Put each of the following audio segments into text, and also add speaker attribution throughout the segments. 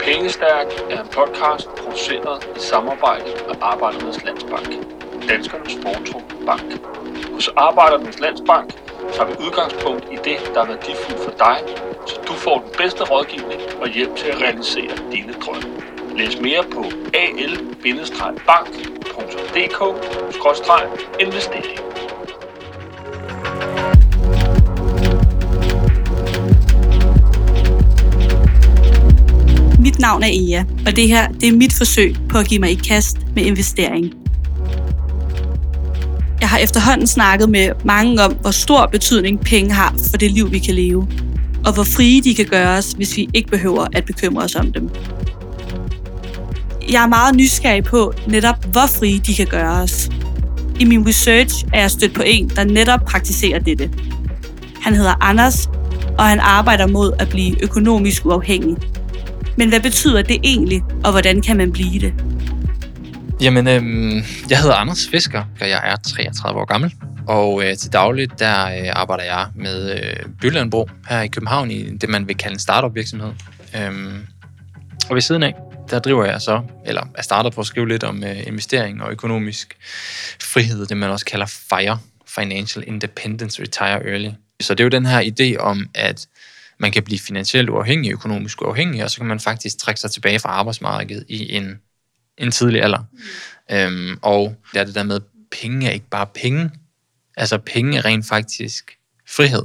Speaker 1: Pengestærk er en podcast produceret i samarbejde med Arbejdernes Landsbank, danskernes foretrukne bank. Hos Arbejdernes Landsbank tager vi udgangspunkt i det, der er værdifuldt for dig, så du får den bedste rådgivning og hjælp til at realisere dine drømme. Læs mere på al-bank.dk/investering.
Speaker 2: Mit navn er Ea, og det her det er mit forsøg på at give mig i kast med investering. Jeg har efterhånden snakket med mange om, hvor stor betydning penge har for det liv, vi kan leve, og hvor frie de kan gøre os, hvis vi ikke behøver at bekymre os om dem. Jeg er meget nysgerrig på netop, hvor frie de kan gøre os. I min research er jeg stødt på en, der netop praktiserer dette. Han hedder Anders, og han arbejder mod at blive økonomisk uafhængig. Men hvad betyder det egentlig, og hvordan kan man blive det?
Speaker 3: Jamen, jeg hedder Anders Fisker, og jeg er 33 år gammel. Og til dagligt, der arbejder jeg med byggelandbrug her i København i det, man vil kalde en startup virksomhed. Og ved siden af, der driver jeg så, eller er startet på at skrive lidt om investering og økonomisk frihed, det man også kalder FIRE, Financial Independence Retire Early. Så det er jo den her idé om, at man kan blive finansielt uafhængig, økonomisk uafhængig, og så kan man faktisk trække sig tilbage fra arbejdsmarkedet i en tidlig alder. Og det er det der med, at penge er ikke bare penge. Altså penge er rent faktisk frihed.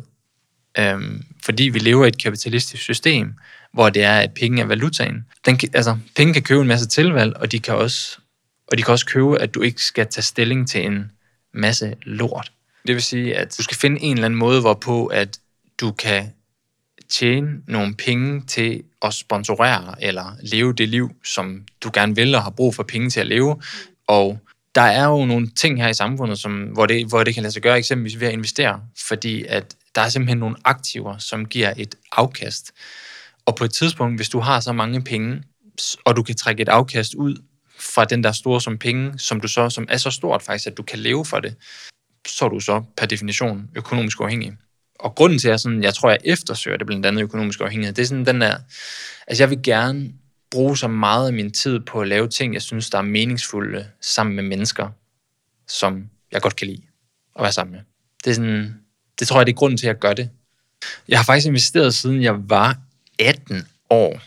Speaker 3: Fordi vi lever i et kapitalistisk system, hvor det er, at penge er valutaen. Penge kan købe en masse tilvalg, og de kan også købe, at du ikke skal tage stilling til en masse lort. Det vil sige, at du skal finde en eller anden måde, hvorpå at du kan tjene nogle penge til at sponsorere eller leve det liv, som du gerne vil og har brug for penge til at leve. Og der er jo nogle ting her i samfundet, hvor det kan lade sig gøre, eksempelvis ved at investere, fordi at der er simpelthen nogle aktiver, som giver et afkast. Og på et tidspunkt, hvis du har så mange penge, og du kan trække et afkast ud fra den der store som penge, som er så stort faktisk, at du kan leve for det, så er du så per definition økonomisk uafhængig. Og grunden til, at jeg tror, jeg eftersøger det blandt andet økonomisk afhængighed, det er sådan den der, altså jeg vil gerne bruge så meget af min tid på at lave ting, jeg synes, der er meningsfulde sammen med mennesker, som jeg godt kan lide at være sammen med. Det tror jeg, det er grunden til, at jeg gør det. Jeg har faktisk investeret, siden jeg var 18 år,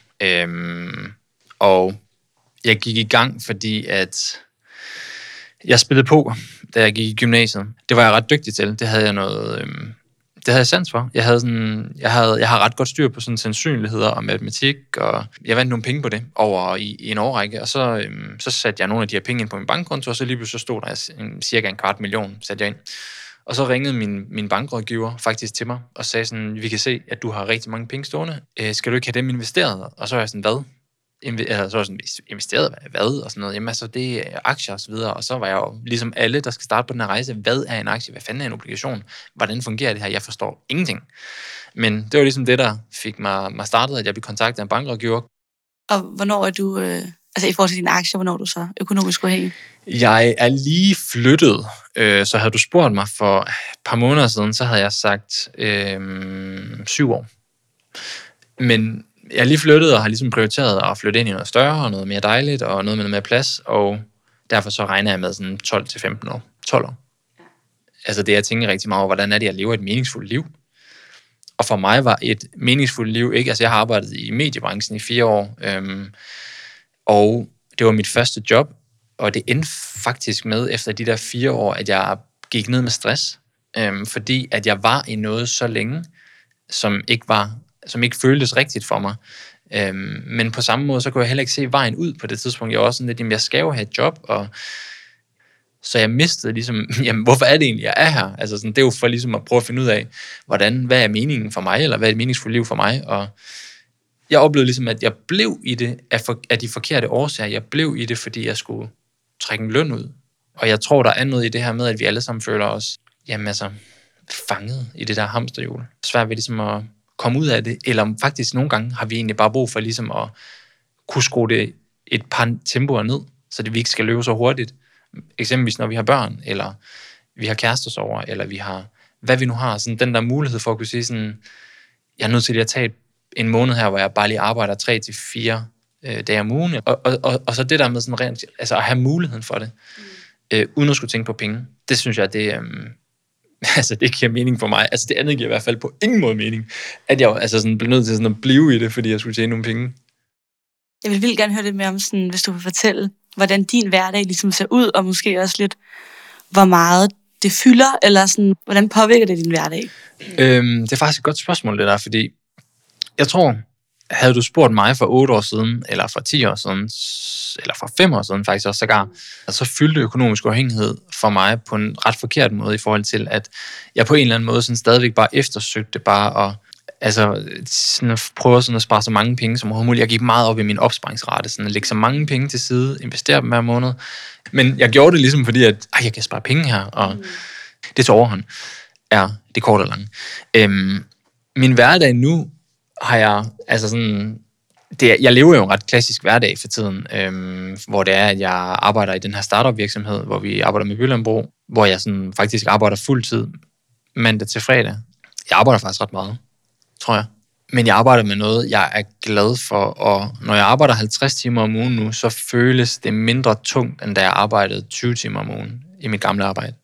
Speaker 3: og jeg gik i gang, fordi at jeg spillede poker, da jeg gik i gymnasiet. Det var jeg ret dygtig til. Det havde jeg sans for. Jeg har ret godt styr på sådan sandsynligheder og matematik, og jeg vandt nogle penge på det over i en årrække, og så satte jeg nogle af de her penge ind på min bankkonto, og så lige pludselig stod der cirka 250.000 satte jeg ind. Og så ringede min bankrådgiver faktisk til mig og sagde sådan, vi kan se, at du har rigtig mange penge stående. Skal du ikke have dem investeret? Og så var jeg sådan, hvad? Investeret hvad? Og sådan noget. Jamen altså, det er aktier og så videre. Og så var jeg jo ligesom alle, der skal starte på den her rejse. Hvad er en aktie? Hvad fanden er en obligation? Hvordan fungerer det her? Jeg forstår ingenting. Men det var ligesom det, der fik mig startet, at jeg blev kontaktet af en bankrådgiver.
Speaker 2: Og hvornår er du, i forhold til dine aktier, hvornår er du så økonomisk uafhængig?
Speaker 3: Jeg er lige flyttet, så havde du spurgt mig for et par måneder siden, så havde jeg sagt 7 år. Men jeg er lige flyttet og har ligesom prioriteret at flytte ind i noget større og noget mere dejligt og noget med noget mere plads, og derfor så regner jeg med sådan 12-15 år. 12 år. Altså det, jeg tænker rigtig meget over, hvordan er det, jeg lever et meningsfuldt liv? Og for mig var et meningsfuldt liv ikke, altså jeg har arbejdet i mediebranchen i 4 år, og det var mit første job, og det endte faktisk med, efter de der 4 år, at jeg gik ned med stress, fordi at jeg var i noget så længe, som ikke føltes rigtigt for mig. Men på samme måde, så kunne jeg heller ikke se vejen ud på det tidspunkt. Jeg var også sådan lidt, jeg skal jo have et job, og så jeg mistede ligesom, hvorfor er det egentlig, jeg er her? Altså sådan, det er jo for ligesom at prøve at finde ud af, hvad er meningen for mig, eller hvad er et meningsfuldt liv for mig, og jeg oplevede ligesom, at jeg blev i det af de forkerte årsager. Jeg blev i det, fordi jeg skulle trække en løn ud. Og jeg tror, der er noget i det her med, at vi alle sammen føler os, fanget i det der hamsterhjul. Svært ved ligesom at komme ud af det, eller faktisk nogle gange har vi egentlig bare brug for ligesom at kunne skrue det et par tempoer ned, så det vi ikke skal løbe så hurtigt. Eksempelvis når vi har børn, eller vi har kærestesorger, eller vi har, hvad vi nu har, sådan den der mulighed for at kunne sige sådan, jeg er nødt til at tage en måned her, hvor jeg bare lige arbejder 3 til 4 dage om ugen, og så det der med sådan rent, altså at have muligheden for det, uden at skulle tænke på penge, det synes jeg, det altså det giver mening for mig. Altså det andet giver i hvert fald på ingen måde mening, at jeg altså sådan blev nødt til sådan at blive i det, fordi jeg skulle tjene nogle penge.
Speaker 2: Jeg vil vildt gerne høre lidt mere om sådan, hvis du vil fortælle, hvordan din hverdag ligesom ser ud, og måske også lidt, hvor meget det fylder, eller sådan, hvordan påvirker det din hverdag?
Speaker 3: Det er faktisk et godt spørgsmål, det der, fordi jeg tror, havde du spurgt mig for 8 år siden, eller for 10 år siden, eller for 5 år siden faktisk også sågar, så fyldte økonomisk uafhængighed for mig på en ret forkert måde i forhold til, at jeg på en eller anden måde sådan stadigvæk bare eftersøgte bare at altså sådan at prøve sådan at spare så mange penge som overhovedet muligt. Jeg gik meget op i min opsparingsrate, sådan at lægge så mange penge til side, investere dem hver måned. Men jeg gjorde det ligesom fordi, at jeg kan spare penge her, og det tog overhånd. Ja, det er kort og langt. Min hverdag nu har jeg, altså sådan, jeg lever jo en ret klassisk hverdag for tiden, hvor det er, at jeg arbejder i den her startup virksomhed, hvor vi arbejder med Byllandbro, hvor jeg sådan faktisk arbejder fuldtid mandag til fredag. Jeg arbejder faktisk ret meget, tror jeg. Men jeg arbejder med noget, jeg er glad for, og når jeg arbejder 50 timer om ugen nu, så føles det mindre tungt, end da jeg arbejdede 20 timer om ugen i mit gamle arbejde.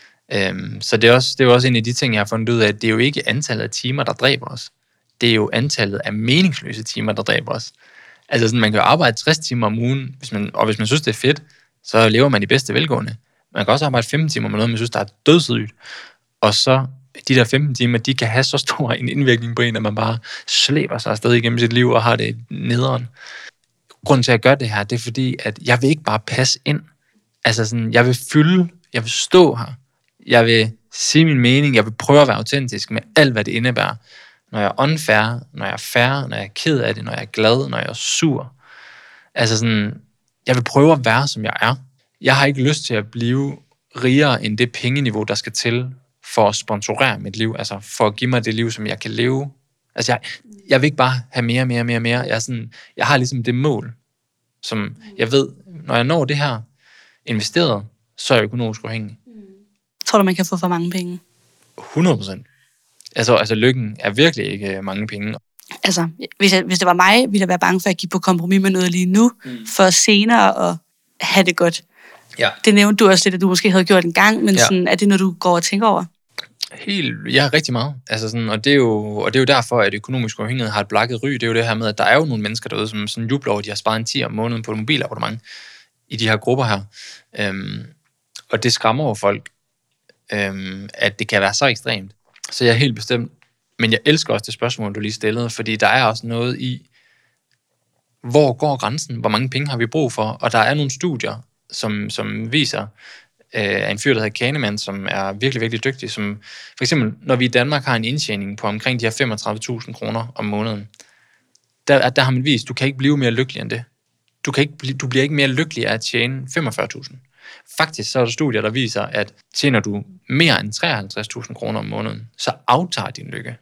Speaker 3: Så det er jo også en af de ting, jeg har fundet ud af, at det er jo ikke antallet af timer, der dræber os. Det er jo antallet af meningsløse timer, der dræber os. Altså sådan, man kan jo arbejde 60 timer om ugen, hvis man synes, det er fedt, så lever man i bedste velgående. Man kan også arbejde 15 timer med noget, man synes, der er dødssygt. Og så de der 15 timer, de kan have så stor en indvirkning på en, at man bare slæber sig afsted igennem sit liv og har det nederen. Grunden til, at jeg gør det her, det er fordi, at jeg vil ikke bare passe ind. Altså sådan, jeg vil fylde, jeg vil stå her, jeg vil sige min mening, jeg vil prøve at være autentisk med alt, hvad det indebærer. Når jeg er unfair, når jeg er fair, når jeg er ked af det, når jeg er glad, når jeg er sur. Altså sådan, jeg vil prøve at være, som jeg er. Jeg har ikke lyst til at blive rigere end det pengeniveau, der skal til for at sponsorere mit liv, altså for at give mig det liv, som jeg kan leve. Altså jeg vil ikke bare have mere. Jeg har ligesom det mål, som jeg ved, når jeg når det her investeret, så er jeg økonomisk uafhængig.
Speaker 2: Tror du, man kan få for mange penge?
Speaker 3: 100%. Altså lykken er virkelig ikke mange penge.
Speaker 2: Altså, hvis det var mig, ville jeg være bange for at give på kompromis med noget lige nu, for senere at have det godt.
Speaker 3: Ja.
Speaker 2: Det nævnte du også lidt, at du måske havde gjort en gang, men sådan, er det noget, du går og tænker over?
Speaker 3: Ja, rigtig meget. Altså sådan, og det er jo derfor, at økonomisk uafhængighed har et blakket ry. Det er jo det her med, at der er jo nogle mennesker derude, som sådan jubler over, at de har sparet en 10 om måneden på et mobilabonnement i de her grupper her. Og det skræmmer over folk, at det kan være så ekstremt. Så jeg er helt bestemt. Men jeg elsker også det spørgsmål, du lige stillede, fordi der er også noget i, hvor går grænsen? Hvor mange penge har vi brug for? Og der er nogle studier, som viser af en fyr, der hedder Kahneman, som er virkelig, virkelig dygtig, som for eksempel, når vi i Danmark har en indtjening på omkring de her 35.000 kroner om måneden, der har man vist, du kan ikke blive mere lykkelig end det. Du bliver ikke mere lykkelig af at tjene 45.000. Faktisk så er der studier, der viser, at tjener du mere end 53.000 kroner om måneden, så aftager din lykke.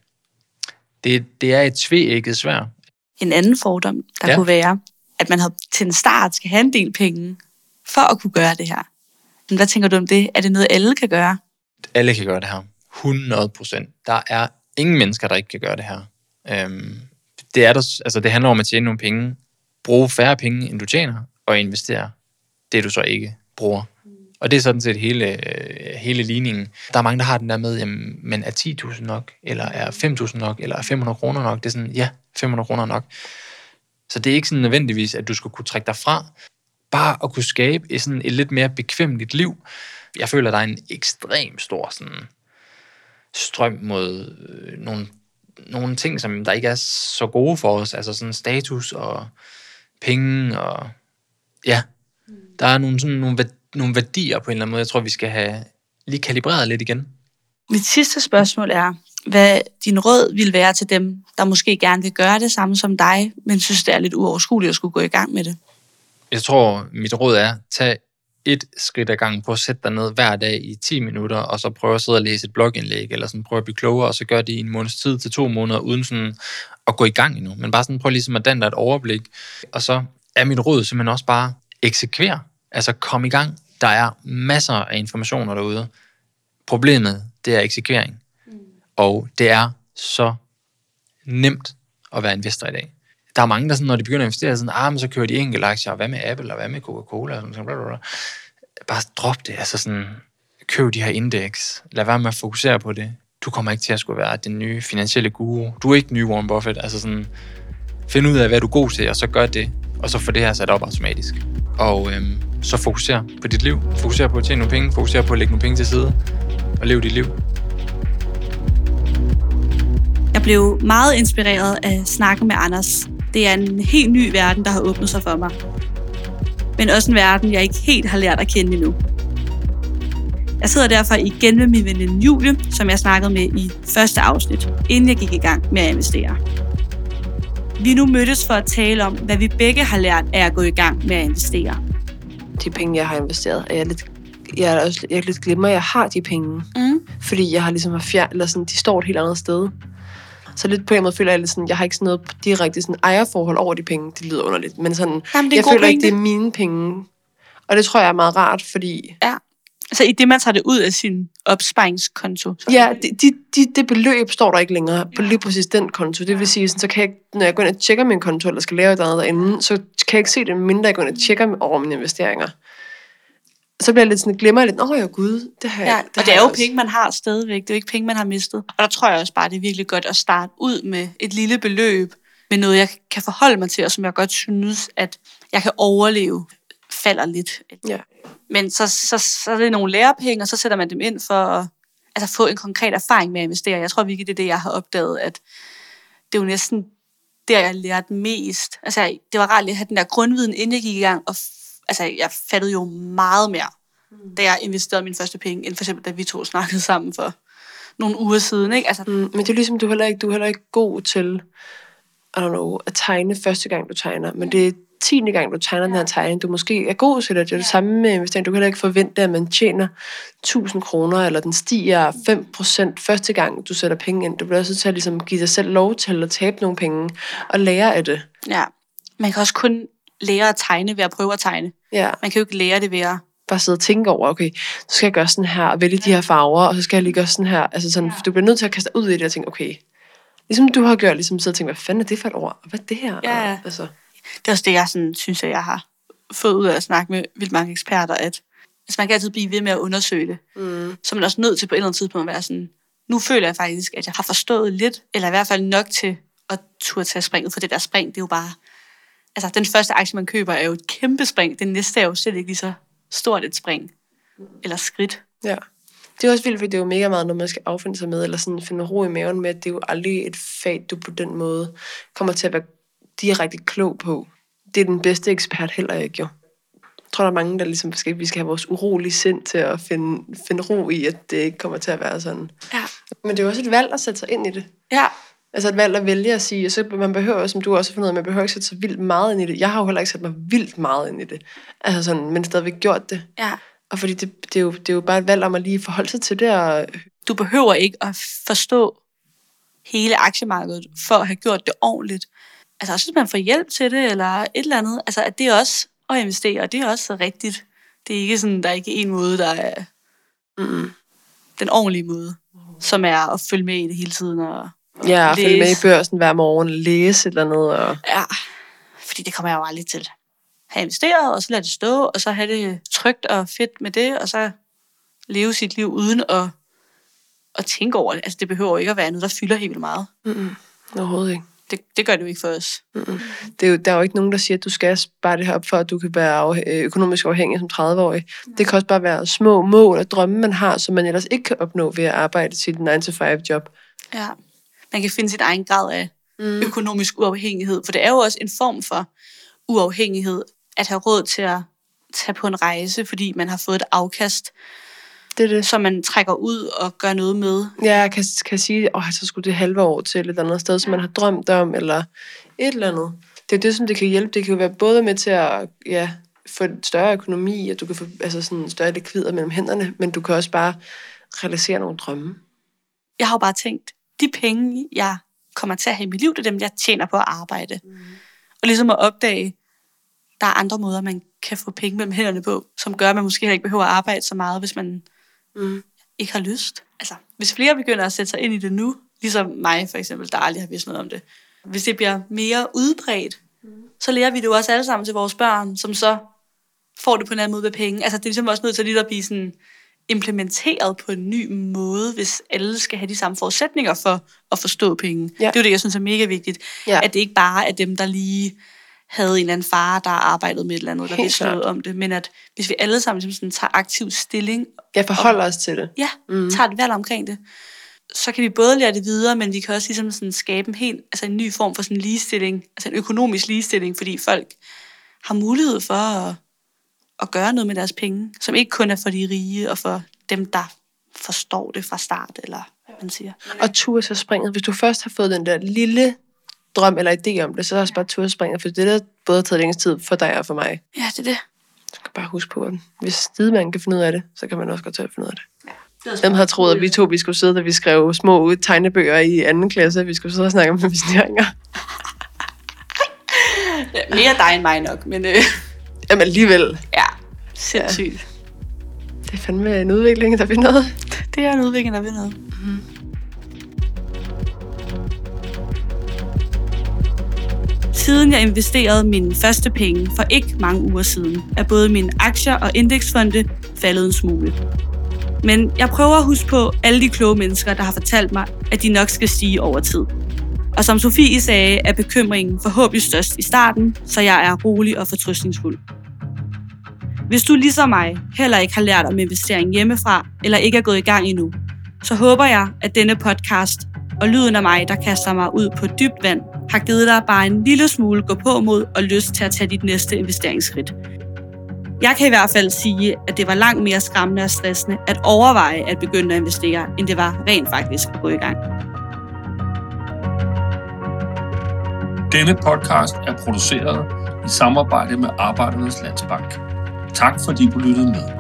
Speaker 3: Det er et tveægget sværd.
Speaker 2: En anden fordom, der kunne være, at man til en start skal have en del penge, for at kunne gøre det her. Men hvad tænker du om det? Er det noget, alle kan gøre?
Speaker 3: Alle kan gøre det her. 100%. Der er ingen mennesker, der ikke kan gøre det her. Det handler om at tjene nogle penge, bruge færre penge, end du tjener, og investere det, du så ikke bruger. Og det er sådan set hele ligningen. Der er mange, der har den der med, jamen, men er 10.000 nok, eller er 5.000 nok, eller er 500 kroner nok? Det er sådan, ja, 500 kroner nok. Så det er ikke sådan nødvendigvis, at du skulle kunne trække dig fra, bare at kunne skabe et lidt mere bekvemmeligt liv. Jeg føler, der er en ekstrem stor sådan, strøm mod nogle ting, som der ikke er så gode for os. Altså sådan status og penge og ja, der er nogle værdier på en eller anden måde. Jeg tror, vi skal have lige kalibreret lidt igen.
Speaker 2: Mit sidste spørgsmål er, hvad din råd vil være til dem, der måske gerne vil gøre det samme som dig, men synes, det er lidt uoverskueligt at skulle gå i gang med det?
Speaker 3: Jeg tror, mit råd er, tag et skridt ad gangen på at sætte dig ned hver dag i 10 minutter, og så prøve at sidde og læse et blogindlæg, eller sådan prøve at blive klogere, og så gør det i en måneds tid til 2 måneder, uden sådan at gå i gang endnu. Men bare sådan prøv ligesom at danne dig et overblik. Og så er mit råd simpelthen også bare eksekver. Altså kom i gang. Der er masser af informationer derude. Problemet, det er eksekvering. Og det er så nemt at være investor i dag. der er mange, der sådan, når de begynder at investere, sådan, men så kører de enkeltaktier, og hvad med Apple, og hvad med Coca-Cola, og sådan, blablabla. Bare drop det, altså sådan, køb de her indeks, lad være med at fokusere på det. Du kommer ikke til at skulle være den nye finansielle guru. Du er ikke ny Warren Buffett, altså sådan, find ud af, hvad du er god til, og så gør det, og så få det her sat op automatisk. Og så fokuser på dit liv, fokuser på at tjene nogle penge, fokuser på at lægge nogle penge til side, og leve dit liv.
Speaker 2: Jeg blev meget inspireret af snakken med Anders. Det er en helt ny verden, der har åbnet sig for mig. Men også en verden, jeg ikke helt har lært at kende endnu. Jeg sidder derfor igen med min veninde Julie, som jeg snakkede med i første afsnit, inden jeg gik i gang med at investere. Vi nu mødtes for at tale om, hvad vi begge har lært af at gå i gang med at investere.
Speaker 4: De penge, jeg har investeret, jeg lidt glemmer, at jeg har de penge. Fordi jeg har ligesom eller sådan, de står et helt andet sted. Så lidt på en måde føler jeg lidt sådan, jeg har ikke sådan noget direkte sådan ejerforhold over de penge. Det lyder underligt, men sådan, jeg føler ikke, det er mine penge. Og det tror jeg er meget rart, fordi...
Speaker 2: Ja, altså i det, man tager det ud af sin opsparingskonto.
Speaker 4: Ja, det beløb står der ikke længere på lige præcis den konto. Det vil sige, sådan, så kan jeg, når jeg går ind og tjekker min konto, eller skal lave et andet derinde, så kan jeg ikke se det, mindre jeg går ind og tjekker over mine investeringer. Så bliver jeg lidt sådan, glemmer jeg lidt, gud, det har jeg.
Speaker 2: Og det er jo penge, man har stadigvæk. Det er jo ikke penge, man har mistet. Og der tror jeg også bare, det er virkelig godt at starte ud med et lille beløb, med noget, jeg kan forholde mig til, og som jeg godt synes, at jeg kan overleve, falder lidt.
Speaker 4: Ja.
Speaker 2: Men så er det nogle lærepenge, og så sætter man dem ind for at få en konkret erfaring med at investere. Jeg tror virkelig, det er det, jeg har opdaget, at det er jo næsten der, jeg lærte mest. Altså, det var rart at have den der grundviden, inden jeg gik i gang, og jeg fattede jo meget mere, da jeg investerede mine første penge, end for eksempel, da vi to snakkede sammen for nogle uger siden, ikke? Altså,
Speaker 4: men det er ligesom, du er heller ikke god til, at tegne første gang, du tegner, men det er 10. gang, du tegner den her tegning, du måske er god til det. Det er det samme med investering. Du kan heller ikke forvente, at man tjener 1.000 kroner, eller den stiger 5% første gang, du sætter penge ind. Du bliver også til at ligesom give dig selv lov til at tabe nogle penge, og lære af det.
Speaker 2: Ja, man kan også kun lære at tegne ved at prøve at tegne.
Speaker 4: Ja.
Speaker 2: Man kan jo ikke lære det ved at
Speaker 4: bare sidde og tænke over, okay, så skal jeg gøre sådan her, og vælge de her farver, og så skal jeg lige gøre sådan her. Altså sådan, du bliver nødt til at kaste dig ud i det og tænke, okay, ligesom du har gjort, ligesom sidde og tænke, hvad fanden er det for et ord? Hvad er det her?
Speaker 2: Ja.
Speaker 4: Og, altså.
Speaker 2: Det er også det, jeg sådan, synes, at jeg har fået ud af at snakke med vildt mange eksperter, at hvis man kan altid blive ved med at undersøge det, så er man også nødt til på et eller andet tidspunkt at være sådan, nu føler jeg faktisk, at jeg har forstået lidt, eller i hvert fald nok til at turde tage springet, for det der spring, det er jo bare, altså den første aktie, man køber, er jo et kæmpe spring, den næste er jo slet ikke lige så stort et spring, eller skridt.
Speaker 4: Ja. Det er også vildt, fordi det er jo mega meget, når man skal affinde sig med, eller sådan finde ro i maven med, at det er jo aldrig et fag, du på den måde kommer til at være direkte klog på. Det er den bedste ekspert heller ikke, jo. Jeg tror, der er mange, der ligesom vi skal have vores urolige sind til at finde ro i, at det ikke kommer til at være sådan.
Speaker 2: Ja.
Speaker 4: Men det er jo også et valg at sætte sig ind i det.
Speaker 2: Ja.
Speaker 4: Altså et valg at vælge at sige, og så man behøver, som du også har fundet ud af, man behøver ikke sætte sig vildt meget ind i det. Jeg har jo heller ikke sat mig vildt meget ind i det. Altså sådan, men stadigvæk gjort det.
Speaker 2: Ja.
Speaker 4: Og fordi det er jo bare et valg om at lige forholde sig til det. Og
Speaker 2: du behøver ikke at forstå hele aktiemarkedet for at have gjort det ordentligt. Altså også hvis man får hjælp til det, eller et eller andet. Altså at det er også at investere, og det er også rigtigt. Det er ikke sådan, der er ikke en måde, der er den ordentlige måde, som er at følge med i det hele tiden. Og
Speaker 4: følge med i børsen hver morgen, læse et eller andet. Og
Speaker 2: ja, fordi det kommer jeg jo aldrig til. Have investeret, og så lade det stå, og så have det trygt og fedt med det, og så leve sit liv uden at tænke over det. Altså det behøver ikke at være noget, der fylder helt vildt meget.
Speaker 4: Overhovedet ikke.
Speaker 2: Det gør det jo ikke for os.
Speaker 4: Der er jo ikke nogen, der siger, at du skal spare det her op, for at du kan være økonomisk afhængig som 30-årig. Det kan også bare være små mål og drømme, man har, som man ellers ikke kan opnå ved at arbejde sit 9-to-5-job.
Speaker 2: Ja, man kan finde sin egen grad af økonomisk uafhængighed, for det er jo også en form for uafhængighed at have råd til at tage på en rejse, fordi man har fået et afkast,
Speaker 4: det.
Speaker 2: Som man trækker ud og gør noget med.
Speaker 4: Ja, jeg kan sige, så skulle det halve år til et andet sted, som man har drømt om, eller et eller andet. Det er det, som det kan hjælpe. Det kan jo være både med til at få en større økonomi, at du kan få sådan større likvider mellem hænderne, men du kan også bare realisere nogle drømme.
Speaker 2: Jeg har jo bare tænkt, de penge, jeg kommer til at have i mit liv, det er dem, jeg tjener på at arbejde. Og ligesom at opdage, der er andre måder, man kan få penge mellem hænderne på, som gør, at man måske ikke behøver at arbejde så meget, hvis man ikke har lyst. Altså, hvis flere begynder at sætte sig ind i det nu, ligesom mig for eksempel, der aldrig har vidst noget om det, Hvis det bliver mere udbredt, så lærer vi det jo også alle sammen til vores børn, som så får det på en anden måde med penge. Altså det er ligesom også nødt til lige at blive sådan implementeret på en ny måde, hvis alle skal have de samme forudsætninger for at forstå penge. Ja. Det er jo det, jeg synes er mega vigtigt. Ja. At det ikke bare er dem, der lige havde en eller anden far, der arbejdede med et eller andet, der vidste noget om det, men at hvis vi alle sammen sådan, tager aktiv stilling...
Speaker 4: Ja, forholder os til det.
Speaker 2: Ja, tager et valg omkring det. Så kan vi både lære det videre, men vi kan også ligesom sådan skabe en ny form for sådan ligestilling, altså en økonomisk ligestilling, fordi folk har mulighed for at gøre noget med deres penge, som ikke kun er for de rige og for dem, der forstår det fra start, eller hvad man siger.
Speaker 4: Og turde så springet. Hvis du først har fået den der lille drøm eller idé om det, så er også bare turde springet, for det der både har taget længst tid for dig og for mig.
Speaker 2: Ja, det er det.
Speaker 4: Du skal bare huske på, at hvis Stedemann kan finde ud af det, så kan man også godt til at finde ud af det. Dem havde troet, at vi skulle sidde, da vi skrev små tegnebøger i 2. klasse, vi skulle sidde og snakke om investeringer.
Speaker 2: Ja, mere dig end mig nok, men...
Speaker 4: Jamen alligevel.
Speaker 2: Ja, sindssygt. Ja.
Speaker 4: Det er fandme en udvikling, der vil noget.
Speaker 2: Det er en udvikling, der vil noget. Siden jeg investerede mine første penge for ikke mange uger siden, er både mine aktier og indeksfonde faldet en smule. Men jeg prøver at huske på alle de kloge mennesker, der har fortalt mig, at de nok skal stige over tid. Og som Sofie sagde, er bekymringen forhåbentlig størst i starten, så jeg er rolig og fortrøstningsfuld. Hvis du ligesom mig heller ikke har lært om investering hjemmefra, eller ikke er gået i gang endnu, så håber jeg, at denne podcast og lyden af mig, der kaster mig ud på dybt vand, har givet dig bare en lille smule gå på mod og lyst til at tage dit næste investeringsskridt. Jeg kan i hvert fald sige, at det var langt mere skræmmende og stressende at overveje at begynde at investere, end det var rent faktisk at gå i gang.
Speaker 1: Denne podcast er produceret i samarbejde med Arbejdernes Landsbank. Tak fordi du lyttede med.